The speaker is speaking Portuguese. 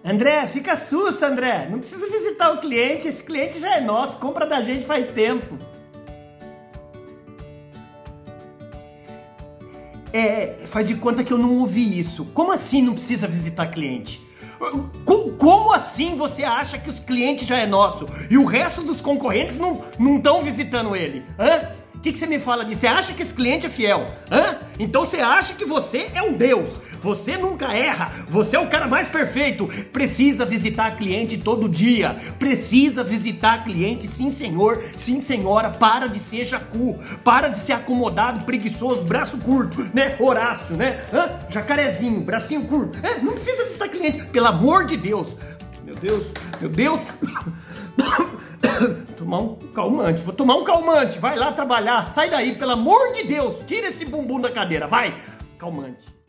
André, fica sussa, André. Não precisa visitar o cliente, esse cliente já é nosso, compra da gente faz tempo. Faz de conta que eu não ouvi isso. Como assim não precisa visitar cliente? Como assim você acha que os clientes já é nosso e o resto dos concorrentes não estão visitando ele? Hã? O que você me fala disso? Você acha que esse cliente é fiel? Hã? Então você acha que você é um Deus. Você nunca erra. Você é o cara mais perfeito. Precisa visitar cliente todo dia. Precisa visitar cliente, sim senhor, sim senhora. Para de ser jacu. Para de ser acomodado, preguiçoso, braço curto, né? Horácio, né? Hã? Jacarezinho, bracinho curto. Não precisa visitar cliente. Pelo amor de Deus. Meu Deus, meu Deus. Tomar um calmante, vou tomar um calmante. Vai lá trabalhar, sai daí, pelo amor de Deus. Tira esse bumbum da cadeira, vai. Calmante.